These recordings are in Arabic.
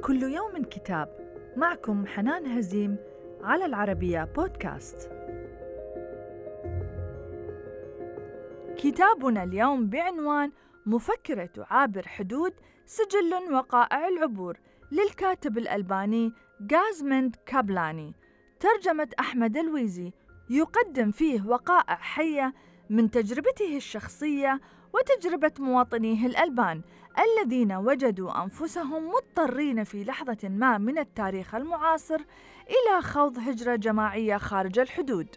كل يوم كتاب. معكم حنان هزيم على العربية بودكاست. كتابنا اليوم بعنوان مفكرة تعابر حدود سجل وقائع العبور للكاتب الألباني غازمند كابلاني، ترجمة أحمد الويزي. يقدم فيه وقائع حية من تجربته الشخصية وتجربة مواطنيه الألبان الذين وجدوا أنفسهم مضطرين في لحظة ما من التاريخ المعاصر إلى خوض هجرة جماعية خارج الحدود.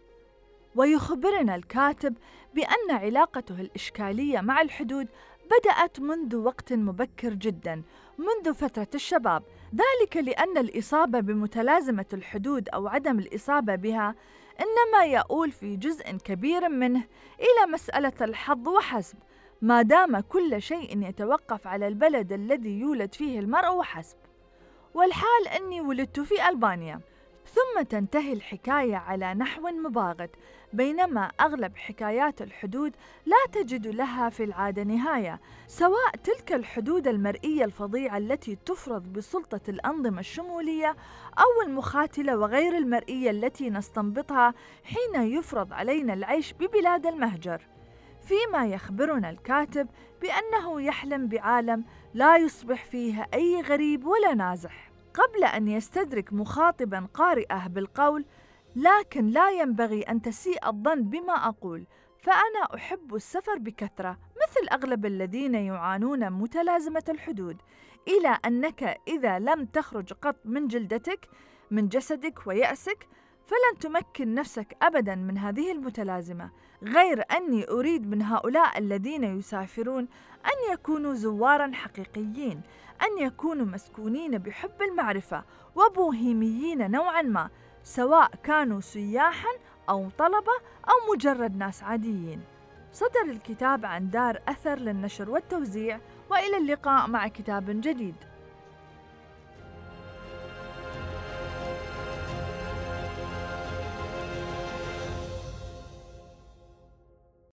ويخبرنا الكاتب بأن علاقته الإشكالية مع الحدود بدأت منذ وقت مبكر جداً، منذ فترة الشباب، ذلك لأن الإصابة بمتلازمة الحدود أو عدم الإصابة بها إنما يؤول في جزء كبير منه إلى مسألة الحظ وحسب، ما دام كل شيء يتوقف على البلد الذي يولد فيه المرء وحسب. والحال أني ولدت في ألبانيا، ثم تنتهي الحكاية على نحو مباغت، بينما أغلب حكايات الحدود لا تجد لها في العادة نهاية، سواء تلك الحدود المرئية الفظيعة التي تفرض بسلطة الأنظمة الشمولية أو المخاتلة وغير المرئية التي نستنبطها حين يفرض علينا العيش ببلاد المهجر. فيما يخبرنا الكاتب بأنه يحلم بعالم لا يصبح فيه أي غريب ولا نازح، قبل أن يستدرك مخاطباً قارئه بالقول: لكن لا ينبغي أن تسيء الظن بما أقول، فأنا أحب السفر بكثرة مثل أغلب الذين يعانون متلازمة الحدود، إلى أنك إذا لم تخرج قط من جلدتك من جسدك ويأسك فلن تمكن نفسك أبداً من هذه المتلازمة، غير أني أريد من هؤلاء الذين يسافرون أن يكونوا زواراً حقيقيين، أن يكونوا مسكونين بحب المعرفة وبوهيميين نوعاً ما، سواء كانوا سياحاً أو طلبة أو مجرد ناس عاديين. صدر الكتاب عن دار أثر للنشر والتوزيع، وإلى اللقاء مع كتاب جديد.